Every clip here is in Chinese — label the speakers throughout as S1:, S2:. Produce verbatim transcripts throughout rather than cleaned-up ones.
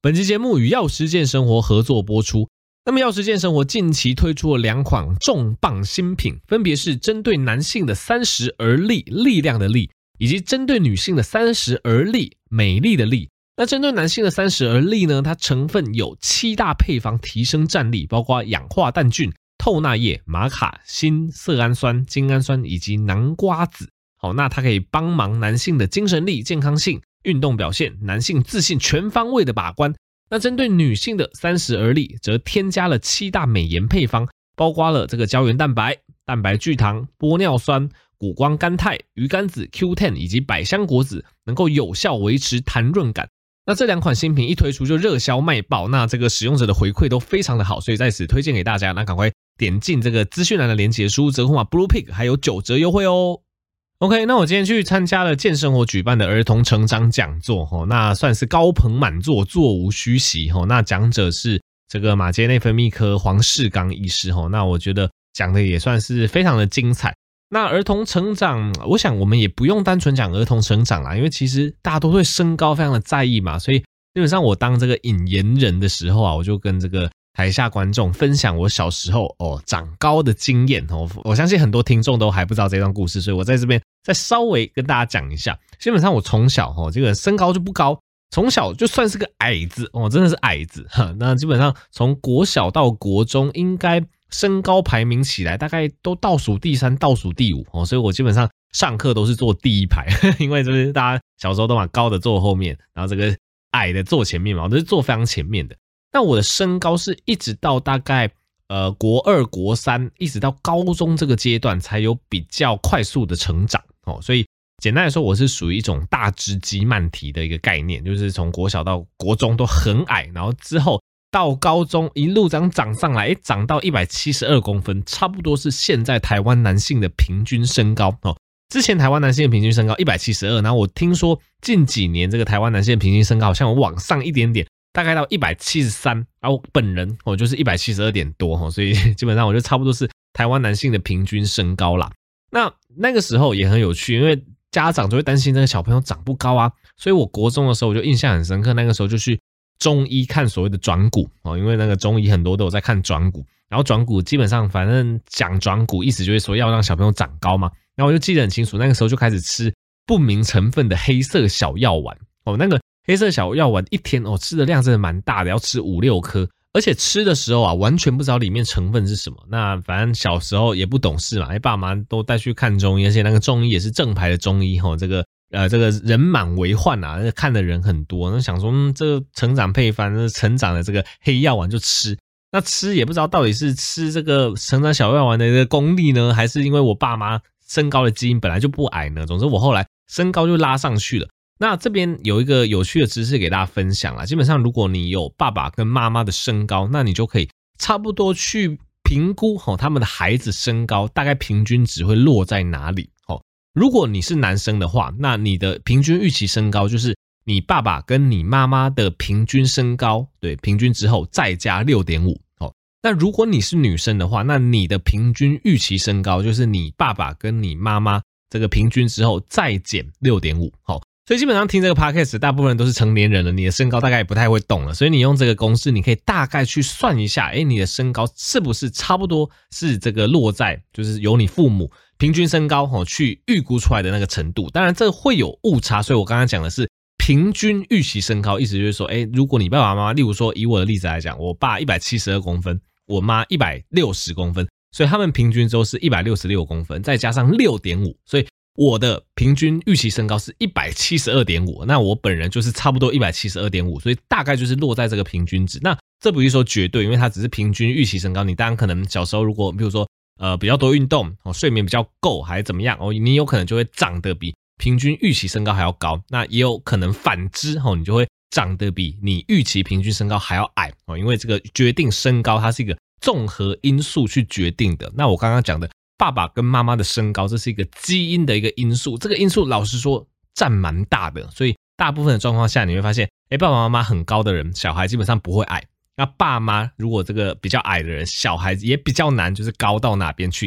S1: 本期节目与药师健生活合作播出。那么药师健生活近期推出了两款重磅新品，分别是针对男性的三十而立，力量的力，以及针对女性的三十而立，美丽的丽。那针对男性的三十而立呢，它成分有七大配方提升战力，包括氧化氮菌、透钠液、玛卡、锌、色氨酸、精氨酸以及南瓜子。好，那它可以帮忙男性的精神力、健康性、运动表现、男性自信全方位的把关。那针对女性的三十而立，则添加了七大美颜配方，包括了这个胶原蛋白、蛋白聚糖、玻尿酸、谷胱甘肽、鱼肝子 Q 十 以及百香果籽，能够有效维持弹润感。那这两款新品一推出就热销卖爆，那这个使用者的回馈都非常的好，所以在此推荐给大家。那赶快点进这个资讯栏的连结，输入折扣码 BluePig 还有九折优惠哦。OK， 那我今天去参加了健生活举办的儿童成长讲座，那算是高朋满座，座无虚席。那讲者是这个马偕内分泌科黄世刚医师，那我觉得讲的也算是非常的精彩。那儿童成长，我想我们也不用单纯讲儿童成长啦，因为其实大家都对身高非常的在意嘛，所以基本上我当这个引言人的时候啊，我就跟这个台下观众分享我小时候哦长高的经验哦，我相信很多听众都还不知道这段故事，所以我在这边再稍微跟大家讲一下。基本上我从小哦这个身高就不高，从小就算是个矮子哦，真的是矮子哈。那基本上从国小到国中，应该身高排名起来大概都倒数第三、倒数第五哦，所以我基本上上课都是坐第一排，因为就是大家小时候都把高的坐后面，然后这个矮的坐前面嘛，我都是坐非常前面的。那我的身高是一直到大概呃国二、国三，一直到高中这个阶段才有比较快速的成长哦。所以简单来说，我是属于一种大只鸡慢提的一个概念，就是从国小到国中都很矮，然后之后到高中一路这样长上来，诶长到一百七十二公分，差不多是现在台湾男性的平均身高哦。之前台湾男性的平均身高一百七十二，然后我听说近几年这个台湾男性的平均身高好像有往上一点点，大概到一百七十三，然后本人我就是一百七十二点多，所以基本上我就差不多是台湾男性的平均身高啦。那那个时候也很有趣，因为家长就会担心这个小朋友长不高啊，所以我国中的时候我就印象很深刻，那个时候就去中医看所谓的转骨，因为那个中医很多都有在看转骨，然后转骨基本上反正讲转骨意思就是说要让小朋友长高嘛，然后我就记得很清楚，那个时候就开始吃不明成分的黑色小药丸哦，那个黑色小药丸一天哦吃的量真的蛮大的，要吃五六颗，而且吃的时候啊完全不知道里面成分是什么。那反正小时候也不懂事嘛，爸妈都带去看中医，而且那个中医也是正牌的中医哦，这个呃这个人满为患啊，看的人很多，那想说嗯这个成长配方，成长的这个黑药丸就吃。那吃也不知道到底是吃这个成长小药丸的这个功力呢，还是因为我爸妈身高的基因本来就不矮呢。总之我后来身高就拉上去了。那这边有一个有趣的知识给大家分享啦，基本上如果你有爸爸跟妈妈的身高，那你就可以差不多去评估齁他们的孩子身高大概平均值会落在哪里齁。如果你是男生的话，那你的平均预期身高就是你爸爸跟你妈妈的平均身高，对，平均之后再加 六点五。齁那如果你是女生的话，那你的平均预期身高就是你爸爸跟你妈妈这个平均之后再减 六点五。齁所以基本上听这个 podcast 大部分人都是成年人了，你的身高大概也不太会动了，所以你用这个公式你可以大概去算一下，诶你的身高是不是差不多是这个落在就是由你父母平均身高齁去预估出来的那个程度。当然这会有误差，所以我刚刚讲的是平均预期身高，意思就是说诶如果你爸爸妈妈，例如说以我的例子来讲，我爸一百七十二公分，我妈一百六十公分，所以他们平均都是一百六十六公分，再加上 六点五，所以我的平均预期身高是 一百七十二点五， 那我本人就是差不多 一百七十二点五， 所以大概就是落在这个平均值。那这不是说绝对，因为它只是平均预期身高，你当然可能小时候如果比如说呃比较多运动、哦、睡眠比较够还是怎么样、哦、你有可能就会长得比平均预期身高还要高，那也有可能反之、哦、你就会长得比你预期平均身高还要矮、哦、因为这个决定身高它是一个综合因素去决定的。那我刚刚讲的爸爸跟妈妈的身高，这是一个基因的一个因素，这个因素老实说占蛮大的，所以大部分的状况下你会发现诶爸爸妈妈很高的人小孩基本上不会矮，那爸妈如果这个比较矮的人小孩也比较难就是高到哪边去，因为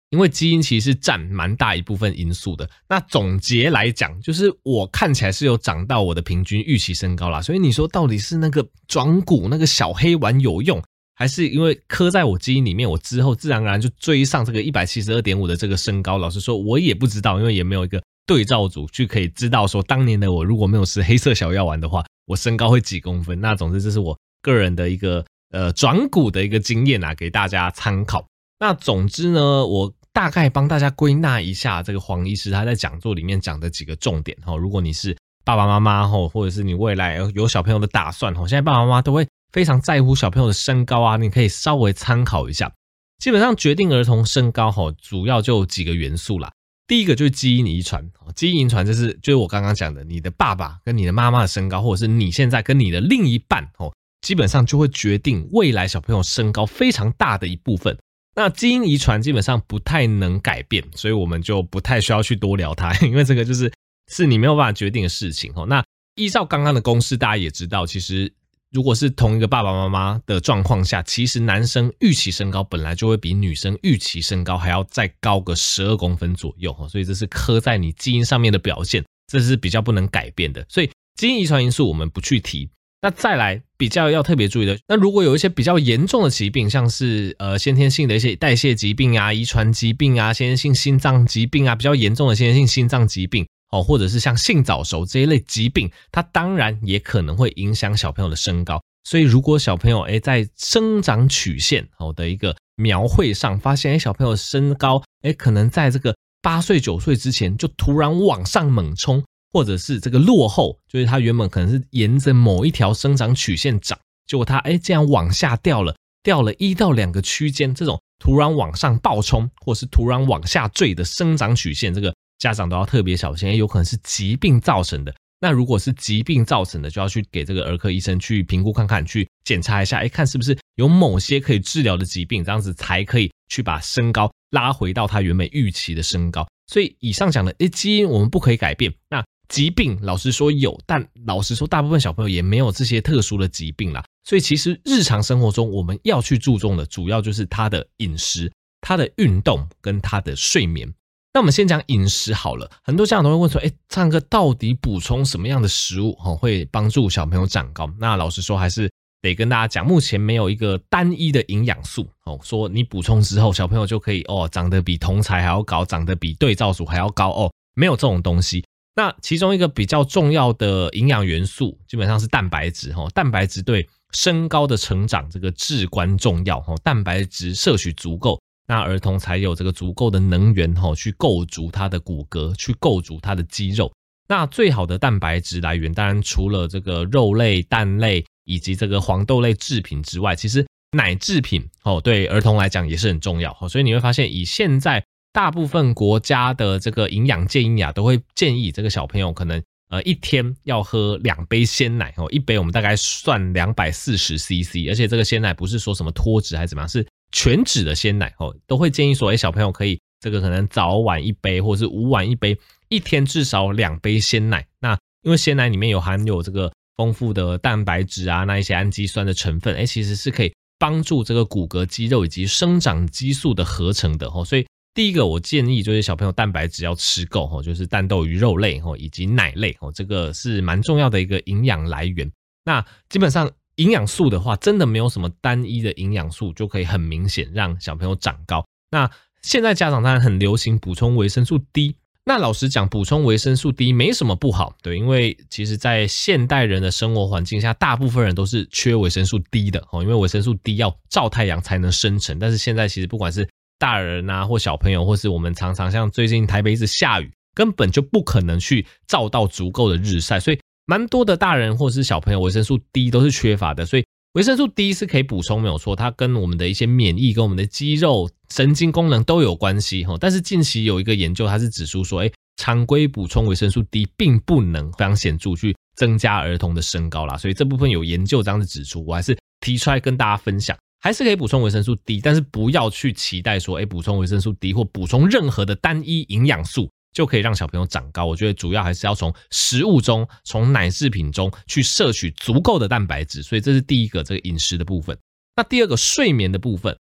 S1: 因为基因其实是占蛮大一部分因素的。那总结来讲，就是我看起来是有长到我的平均预期身高啦，所以你说到底是那个转骨那个小黑丸有用，还是因为刻在我基因里面，我之后自然而然就追上这个 一百七十二点五 的这个身高？老实说我也不知道，因为也没有一个对照组去可以知道说当年的我如果没有吃黑色小药丸的话，我身高会几公分。那总之这是我个人的一个呃转骨的一个经验啊，给大家参考。那总之呢，我大概帮大家归纳一下这个黄医师他在讲座里面讲的几个重点。如果你是爸爸妈妈或者是你未来有小朋友的打算，现在爸爸妈妈都会非常在乎小朋友的身高啊，你可以稍微参考一下。基本上决定儿童身高主要就几个元素啦。第一个就是基因遗传，基因遗传就是就是我刚刚讲的，你的爸爸跟你的妈妈的身高，或者是你现在跟你的另一半，基本上就会决定未来小朋友身高非常大的一部分。那基因遗传基本上不太能改变，所以我们就不太需要去多聊它，因为这个就是是你没有办法决定的事情。那依照刚刚的公式，大家也知道，其实如果是同一个爸爸妈妈的状况下，其实男生预期身高本来就会比女生预期身高还要再高个十二公分左右，所以这是刻在你基因上面的表现，这是比较不能改变的，所以基因遗传因素我们不去提。那再来比较要特别注意的，那如果有一些比较严重的疾病，像是呃先天性的一些代谢疾病啊、遗传疾病啊、先天性心脏疾病啊，比较严重的先天性心脏疾病哦，或者是像性早熟这一类疾病，它当然也可能会影响小朋友的身高。所以如果小朋友诶在生长曲线哦的一个描绘上发现诶小朋友身高诶可能在这个八岁九岁之前就突然往上猛冲，或者是这个落后，就是他原本可能是沿着某一条生长曲线长，结果他诶这样往下掉了，掉了一到两个区间，这种突然往上暴冲或是突然往下坠的生长曲线，这个家长都要特别小心，有可能是疾病造成的。那如果是疾病造成的，就要去给这个儿科医生去评估看看，去检查一下，诶看是不是有某些可以治疗的疾病，这样子才可以去把身高拉回到他原本预期的身高。所以以上讲的诶基因我们不可以改变，那疾病老实说有，但老实说大部分小朋友也没有这些特殊的疾病啦。所以其实日常生活中我们要去注重的主要就是他的饮食、他的运动跟他的睡眠。那我们先讲饮食好了，很多家长都会问说，诶唱歌到底补充什么样的食物会帮助小朋友长高？那老实说还是得跟大家讲，目前没有一个单一的营养素说你补充之后小朋友就可以哦长得比同才还要高，长得比对照组还要高哦，没有这种东西。那其中一个比较重要的营养元素基本上是蛋白质，蛋白质对身高的成长这个至关重要，蛋白质摄取足够，那儿童才有这个足够的能源去构筑他的骨骼，去构筑他的肌肉。那最好的蛋白质来源当然除了这个肉类、蛋类以及这个黄豆类制品之外，其实奶制品对儿童来讲也是很重要。所以你会发现以现在大部分国家的这个营养建议啊，都会建议这个小朋友可能呃一天要喝两杯鲜奶，一杯我们大概算两百四十 C C， 而且这个鲜奶不是说什么脱脂还是怎么样，是全脂的鲜奶，都会建议说诶小朋友可以这个可能早晚一杯或者是午晚一杯，一天至少两杯鲜奶。那因为鲜奶里面有含有这个丰富的蛋白质啊，那一些氨基酸的成分，诶其实是可以帮助这个骨骼肌肉以及生长激素的合成的。所以第一个我建议就是小朋友蛋白质要吃够，就是蛋豆鱼肉类以及奶类，这个是蛮重要的一个营养来源。那基本上营养素的话真的没有什么单一的营养素就可以很明显让小朋友长高。那现在家长当然很流行补充维生素 D， 那老实讲补充维生素 D 没什么不好，对，因为其实在现代人的生活环境下大部分人都是缺维生素 D 的，因为维生素 D 要照太阳才能生成，但是现在其实不管是大人啊或小朋友，或是我们常常像最近台北一直下雨，根本就不可能去照到足够的日晒，所以蛮多的大人或是小朋友维生素 D 都是缺乏的。所以维生素 D 是可以补充没有错，它跟我们的一些免疫跟我们的肌肉神经功能都有关系，但是近期有一个研究它是指出说诶常规补充维生素 D 并不能非常显著去增加儿童的身高啦，所以这部分有研究这样子指出，我还是提出来跟大家分享。还是可以补充维生素 D， 但是不要去期待说诶补充维生素 D 或补充任何的单一营养素就可以让小朋友长高。我觉得主要还是要从食物中，从奶制品中去摄取足够的蛋白质，所以这是第一个这个饮食的部分。那第二个睡眠的部分，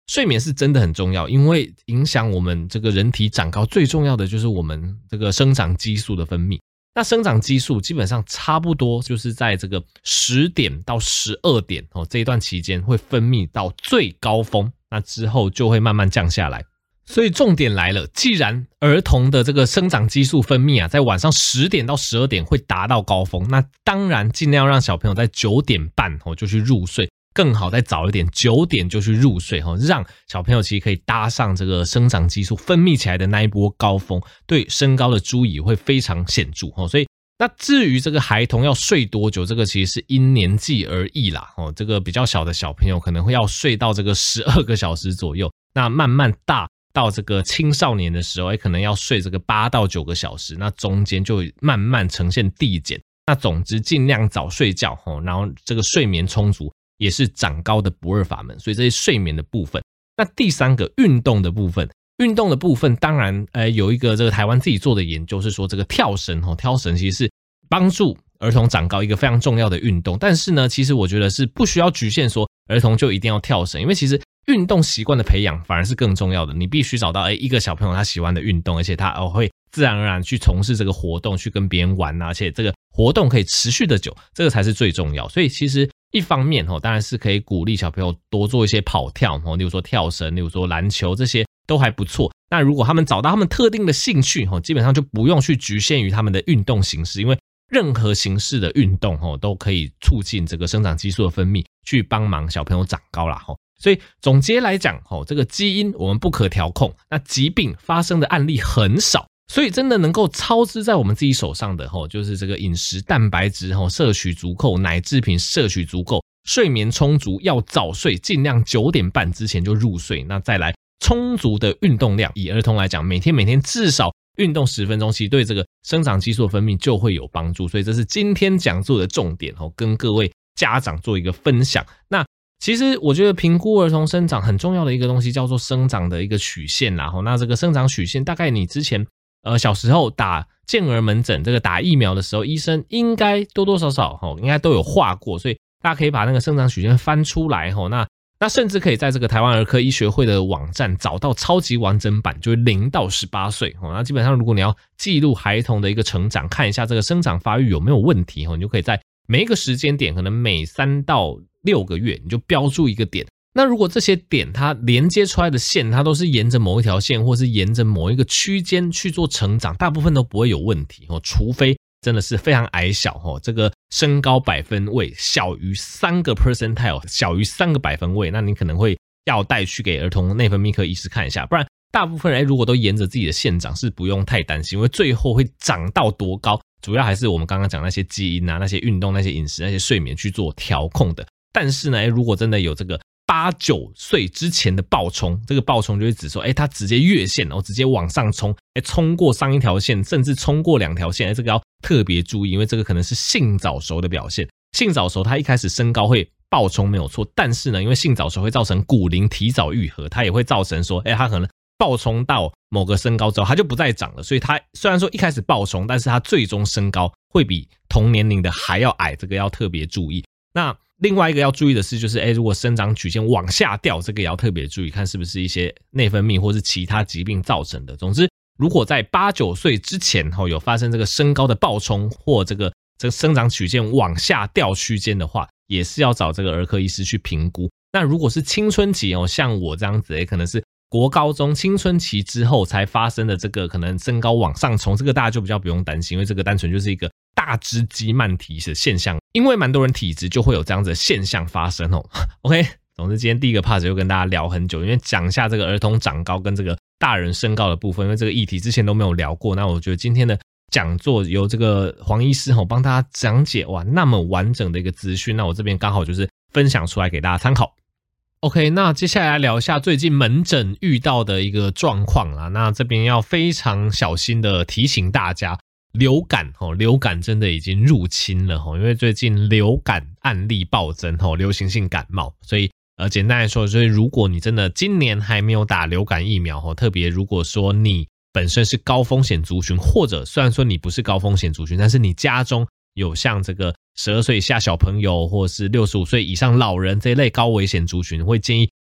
S1: 睡眠是真的很重要，因为影响我们这个人体长高最重要的就是我们这个生长激素的分泌。那生长激素基本上差不多就是在这个十点到十二点哦这一段期间会分泌到最高峰，那之后就会慢慢降下来。所以重点来了，既然儿童的这个生长激素分泌啊，在晚上十点到十二点会达到高峰，那当然尽量让小朋友在九点半哦就去入睡，更好再早一点，九点就去入睡哦，让小朋友其实可以搭上这个生长激素分泌起来的那一波高峰，对身高的注意会非常显著哦。所以那至于这个孩童要睡多久，这个其实是因年纪而异啦哦。这个比较小的小朋友可能会要睡到这个十二个小时左右，那慢慢大到这个青少年的时候，可能要睡这个八到九个小时，那中间就慢慢呈现递减。那总之尽量早睡觉哦，然后这个睡眠充足也是长高的不二法门。所以这是睡眠的部分。那第三个运动的部分，运动的部分当然呃有一个这个台湾自己做的研究是说，这个跳绳哦，跳绳其实是帮助儿童长高一个非常重要的运动。但是呢，其实我觉得是不需要局限说儿童就一定要跳绳，因为其实运动习惯的培养反而是更重要的。你必须找到诶一个小朋友他喜欢的运动，而且他哦会自然而然去从事这个活动，去跟别人玩啊，而且这个活动可以持续的久，这个才是最重要。所以其实一方面哦，当然是可以鼓励小朋友多做一些跑跳哦，例如说跳绳，例如说篮球，这些都还不错。那如果他们找到他们特定的兴趣哦，基本上就不用去局限于他们的运动形式，因为任何形式的运动哦都可以促进这个生长激素的分泌，去帮忙小朋友长高啦。所以总结来讲，这个基因我们不可调控，那疾病发生的案例很少，所以真的能够操之在我们自己手上的就是这个饮食蛋白质摄取足够，奶制品摄取足够，睡眠充足，要早睡，尽量九点半之前就入睡。那再来充足的运动量，以儿童来讲，每天每天至少运动十分钟，其实对这个生长激素的分泌就会有帮助。所以这是今天讲座的重点，跟各位家长做一个分享。那其实我觉得评估儿童生长很重要的一个东西叫做生长的一个曲线啦。那这个生长曲线大概你之前呃小时候打健儿门诊这个打疫苗的时候，医生应该多多少少应该都有画过，所以大家可以把那个生长曲线翻出来。那那甚至可以在这个台湾儿科医学会的网站找到超级完整版，就是零到十八岁。那基本上如果你要记录孩童的一个成长，看一下这个生长发育有没有问题，你就可以在每一个时间点，可能每三到六个月你就标注一个点。那如果这些点它连接出来的线它都是沿着某一条线或是沿着某一个区间去做成长，大部分都不会有问题，除非真的是非常矮小，这个身高百分位小于三个 percentile， 小于三个百分位，那你可能会要带去给儿童内分泌科医师看一下。不然大部分人如果都沿着自己的线长是不用太担心，因为最后会长到多高主要还是我们刚刚讲那些基因啊，那些运动，那些饮食，那些睡眠去做调控的。但是呢如果真的有这个八九岁之前的暴冲，这个暴冲就会指说诶他直接越线，然后直接往上冲，诶冲过上一条线，甚至冲过两条线，诶这个要特别注意，因为这个可能是性早熟的表现。性早熟它一开始身高会暴冲没有错，但是呢因为性早熟会造成骨龄提早愈合，它也会造成说诶他可能暴冲到某个身高之后它就不再长了，所以它虽然说一开始暴冲，但是它最终身高会比同年龄的还要矮，这个要特别注意。那另外一个要注意的是就是诶如果生长曲线往下掉，这个也要特别注意，看是不是一些内分泌或是其他疾病造成的。总之如果在八九岁之前有发生这个身高的暴冲或这个这个生长曲线往下掉区间的话，也是要找这个儿科医师去评估。那如果是青春期像我这样子诶可能是国高中青春期之后才发生的这个可能身高往上冲，这个大家就比较不用担心，因为这个单纯就是一个大只肌慢体的现象，因为蛮多人体质就会有这样子的现象发生哦。OK， 总之今天第一个 part 就跟大家聊很久，因为讲一下这个儿童长高跟这个大人身高的部分，因为这个议题之前都没有聊过，那我觉得今天的讲座由这个黄医师帮大家讲解哇那么完整的一个资讯，那我这边刚好就是分享出来给大家参考。OK， 那接下来聊一下最近门诊遇到的一个状况啦。那这边要非常小心的提醒大家，流感流感真的已经入侵了，因为最近流感案例暴增，流行性感冒，所以呃简单来说，就是如果你真的今年还没有打流感疫苗，特别如果说你本身是高风险族群，或者虽然说你不是高风险族群，但是你家中有像这个十二岁以下小朋友或是六十五岁以上老人这一类高危险族群，会建议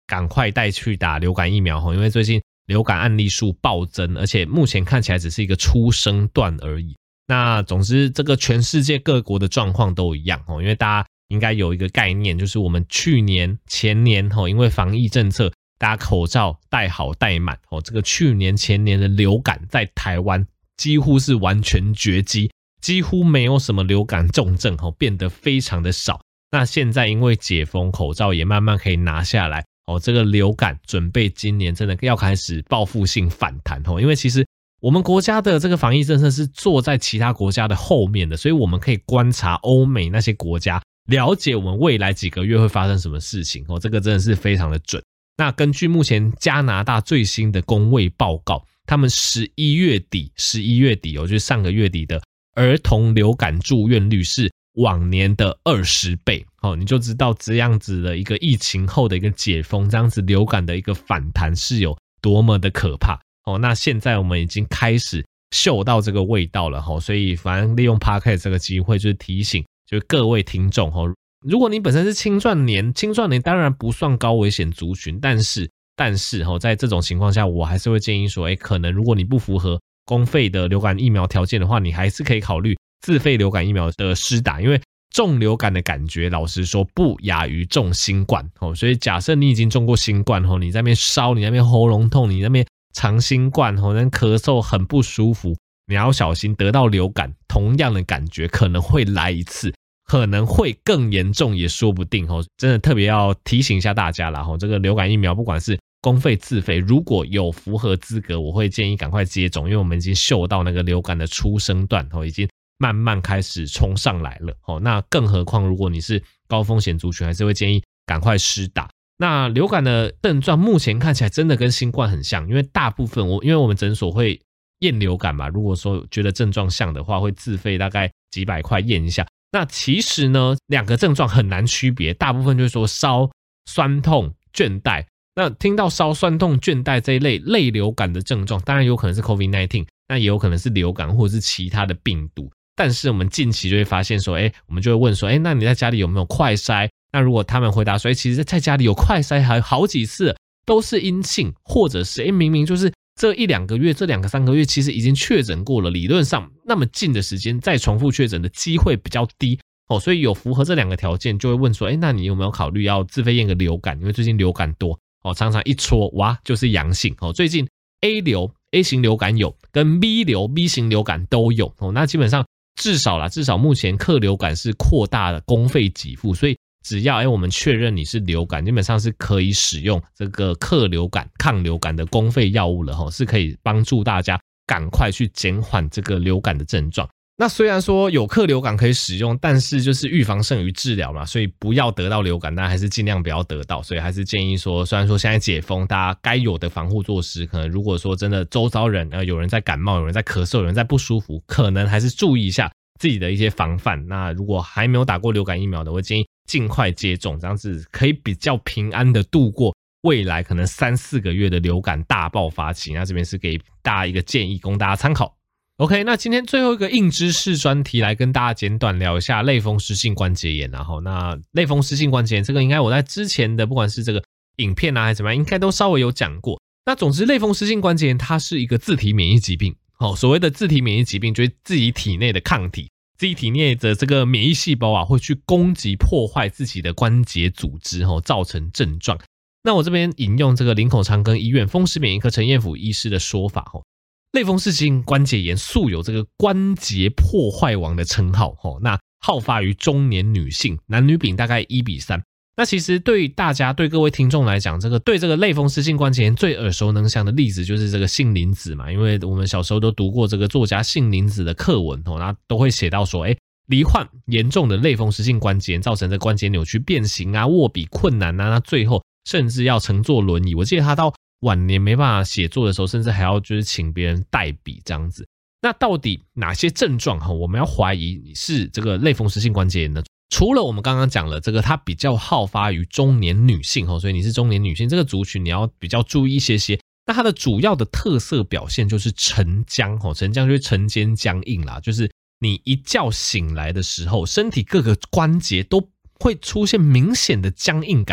S1: 赶快带去打流感疫苗，因为最近流感案例数暴增，而且目前看起来只是一个初升段而已。那总之这个全世界各国的状况都一样，因为大家应该有一个概念，就是我们去年前年因为防疫政策大家口罩戴好戴满，这个去年前年的流感在台湾几乎是完全绝迹，几乎没有什么流感重症，变得非常的少。那现在因为解封，口罩也慢慢可以拿下来，这个流感准备今年真的要开始报复性反弹，因为其实我们国家的这个防疫政策是坐在其他国家的后面的，所以我们可以观察欧美那些国家，了解我们未来几个月会发生什么事情，这个真的是非常的准。那根据目前加拿大最新的公卫报告，他们十一月底十一月底就是上个月底的儿童流感住院率是往年的二十倍，你就知道这样子的一个疫情后的一个解封，这样子流感的一个反弹是有多么的可怕。那现在我们已经开始嗅到这个味道了，所以反正利用 Podcast 这个机会就是提醒就是各位听众，如果你本身是青壮年，青壮年当然不算高危险族群，但是但是在这种情况下，我还是会建议说，诶可能如果你不符合公费的流感疫苗条件的话，你还是可以考虑自费流感疫苗的施打，因为中流感的感觉老实说不亚于中新冠，所以假设你已经中过新冠，你在那边烧，你在那边喉咙痛，你在那边长新冠，那咳嗽很不舒服，你要小心得到流感同样的感觉可能会来一次，可能会更严重也说不定，真的特别要提醒一下大家啦，这个流感疫苗不管是公费自费，如果有符合资格，我会建议赶快接种，因为我们已经嗅到那个流感的初升段已经慢慢开始冲上来了，那更何况如果你是高风险族群，还是会建议赶快施打。那流感的症状目前看起来真的跟新冠很像，因为大部分我因为我们诊所会验流感嘛，如果说觉得症状像的话，会自费大概几百块验一下。那其实呢，两个症状很难区别，大部分就是说烧、酸痛、倦怠。那听到烧、酸痛、倦怠这一类类流感的症状，当然有可能是 COVID 十九， 那也有可能是流感或者是其他的病毒。但是我们近期就会发现说，诶我们就会问说，诶那你在家里有没有快筛？那如果他们回答说，诶其实在家里有快筛还好几次都是阴性，或者是诶明明就是这一两个月这两个三个月其实已经确诊过了，理论上那么近的时间再重复确诊的机会比较低，哦，所以有符合这两个条件就会问说，诶那你有没有考虑要自费验个流感？因为最近流感多，哦，常常一戳哇就是阳性，哦，最近 A 流 A 型流感有，跟 B 流 B 型流感都有，哦，那基本上至少啦，至少目前客流感是扩大的公费给付，所以只要诶我们确认你是流感，基本上是可以使用这个客流感抗流感的公费药物了，哦，是可以帮助大家赶快去减缓这个流感的症状。那虽然说有客流感可以使用，但是就是预防胜于治疗嘛，所以不要得到流感，但还是尽量不要得到。所以还是建议说，虽然说现在解封，大家该有的防护措施，可能如果说真的周遭人呃有人在感冒，有人在咳嗽，有人在不舒服，可能还是注意一下自己的一些防范。那如果还没有打过流感疫苗的，我建议尽快接种，这样子可以比较平安的度过未来可能三四个月的流感大爆发期。那这边是给大家一个建议，供大家参考。OK， 那今天最后一个硬知识专题来跟大家简短聊一下类风湿性关节炎，然后那类风湿性关节炎这个应该我在之前的不管是这个影片啊还是怎么样，应该都稍微有讲过。那总之类风湿性关节炎它是一个自体免疫疾病，哦，所谓的自体免疫疾病就是自己体内的抗体，自己体内的这个免疫细胞啊会去攻击破坏自己的关节组织，哦，造成症状。那我这边引用这个林口长庚医院风湿免疫科陈彦甫医师的说法，哦，类风湿性关节炎素有这个关节破坏王的称号，那好发于中年女性，男女比大概一比三。那其实对大家对各位听众来讲，这个对这个类风湿性关节炎最耳熟能详的例子就是这个杏林子嘛，因为我们小时候都读过这个作家杏林子的课文，那都会写到说，诶罹患严重的类风湿性关节炎，造成这关节扭曲变形啊，握笔困难啊，那最后甚至要乘坐轮椅。我记得他到晚年没办法写作的时候，甚至还要就是请别人代笔这样子。那到底哪些症状我们要怀疑你是这个类风湿性关节炎呢？除了我们刚刚讲了这个它比较好发于中年女性，所以你是中年女性这个族群你要比较注意一些些。那它的主要的特色表现就是晨僵，晨僵就是晨间僵硬啦，就是你一觉醒来的时候，身体各个关节都会出现明显的僵硬感，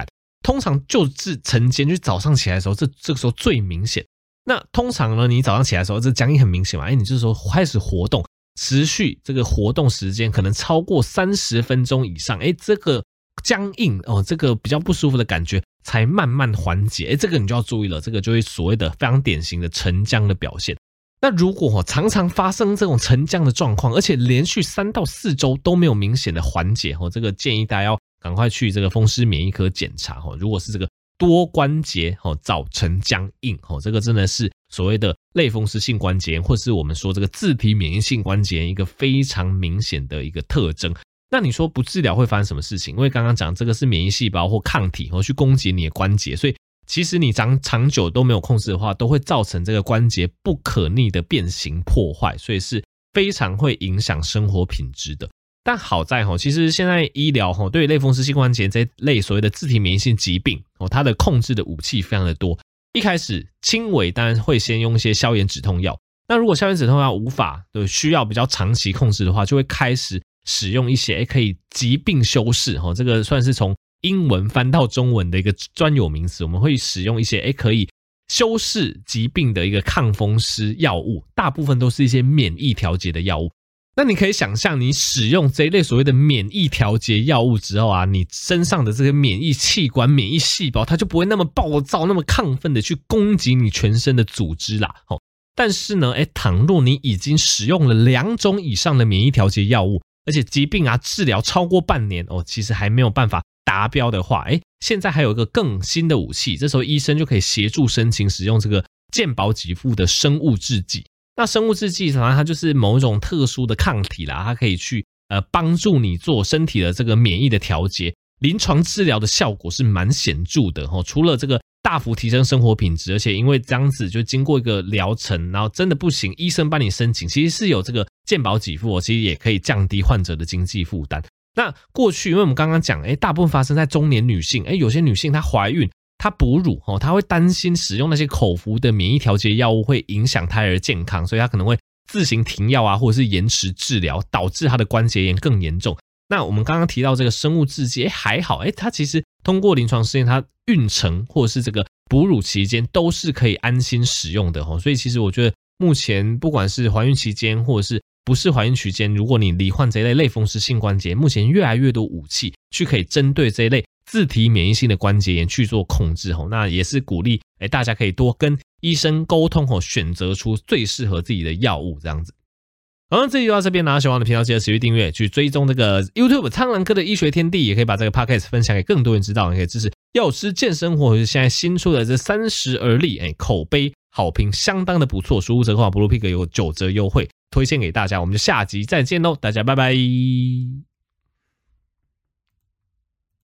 S1: 通常就是晨间，就是早上起来的时候，这这个时候最明显。那通常呢，你早上起来的时候，这僵硬很明显嘛，哎，你这时候开始活动，持续这个活动时间可能超过三十分钟以上，哎，这个僵硬哦，这个比较不舒服的感觉才慢慢缓解，哎，这个你就要注意了，这个就会所谓的非常典型的晨僵的表现。那如果、哦、常常发生这种晨僵的状况，而且连续三到四周都没有明显的缓解，哦，这个建议大家要赶快去这个风湿免疫科检查，哦，如果是这个多关节早晨僵硬，这个真的是所谓的类风湿性关节炎，或是我们说这个自体免疫性关节炎一个非常明显的一个特征。那你说不治疗会发生什么事情？因为刚刚讲这个是免疫细胞或抗体去攻击你的关节，所以其实你长长久都没有控制的话，都会造成这个关节不可逆的变形破坏，所以是非常会影响生活品质的。但好在其实现在医疗对于类风湿性关节这类所谓的自体免疫性疾病，它的控制的武器非常的多。一开始轻微当然会先用一些消炎止痛药，那如果消炎止痛药无法对需要比较长期控制的话，就会开始使用一些可以疾病修饰，这个算是从英文翻到中文的一个专有名词，我们会使用一些可以修饰疾病的一个抗风湿药物，大部分都是一些免疫调节的药物。那你可以想象，你使用这一类所谓的免疫调节药物之后啊，你身上的这个免疫器官、免疫细胞，它就不会那么暴躁、那么亢奋的去攻击你全身的组织啦。但是呢，诶，倘若你已经使用了两种以上的免疫调节药物，而且疾病啊治疗超过半年哦，其实还没有办法达标的话，诶，现在还有一个更新的武器，这时候医生就可以协助申请使用这个健保给付的生物制剂。那生物制剂它就是某一种特殊的抗体啦，它可以去呃帮助你做身体的这个免疫的调节，临床治疗的效果是蛮显著的哦。除了这个大幅提升生活品质，而且因为这样子就经过一个疗程，然后真的不行，医生帮你申请，其实是有这个健保给付，其实也可以降低患者的经济负担。那过去因为我们刚刚讲，哎，大部分发生在中年女性，哎，有些女性她怀孕。她哺乳，她会担心使用那些口服的免疫调节药物会影响胎儿健康，所以她可能会自行停药啊，或者是延迟治疗，导致她的关节炎更严重。那我们刚刚提到这个生物制剂，还好，它其实通过临床试验，它孕程或者是这个哺乳期间都是可以安心使用的，所以其实我觉得目前不管是怀孕期间或者是不是怀孕期间，如果你罹患这一类类风湿性关节，目前越来越多武器去可以针对这一类自体免疫性的关节炎去做控制，那也是鼓励大家可以多跟医生沟通，选择出最适合自己的药物这样子。好，那这集就到这边啦，喜欢我的频道记得持续订阅，去追踪这个 YouTube 苍兰哥的医学天地，也可以把这个 Podcast 分享给更多人知道，也可以支持药师健生活，就是现在新出的这三十而立，口碑好评相当的不错，输入折扣码 Blue Pig 有九折优惠，推荐给大家。我们就下集再见喽，大家拜拜。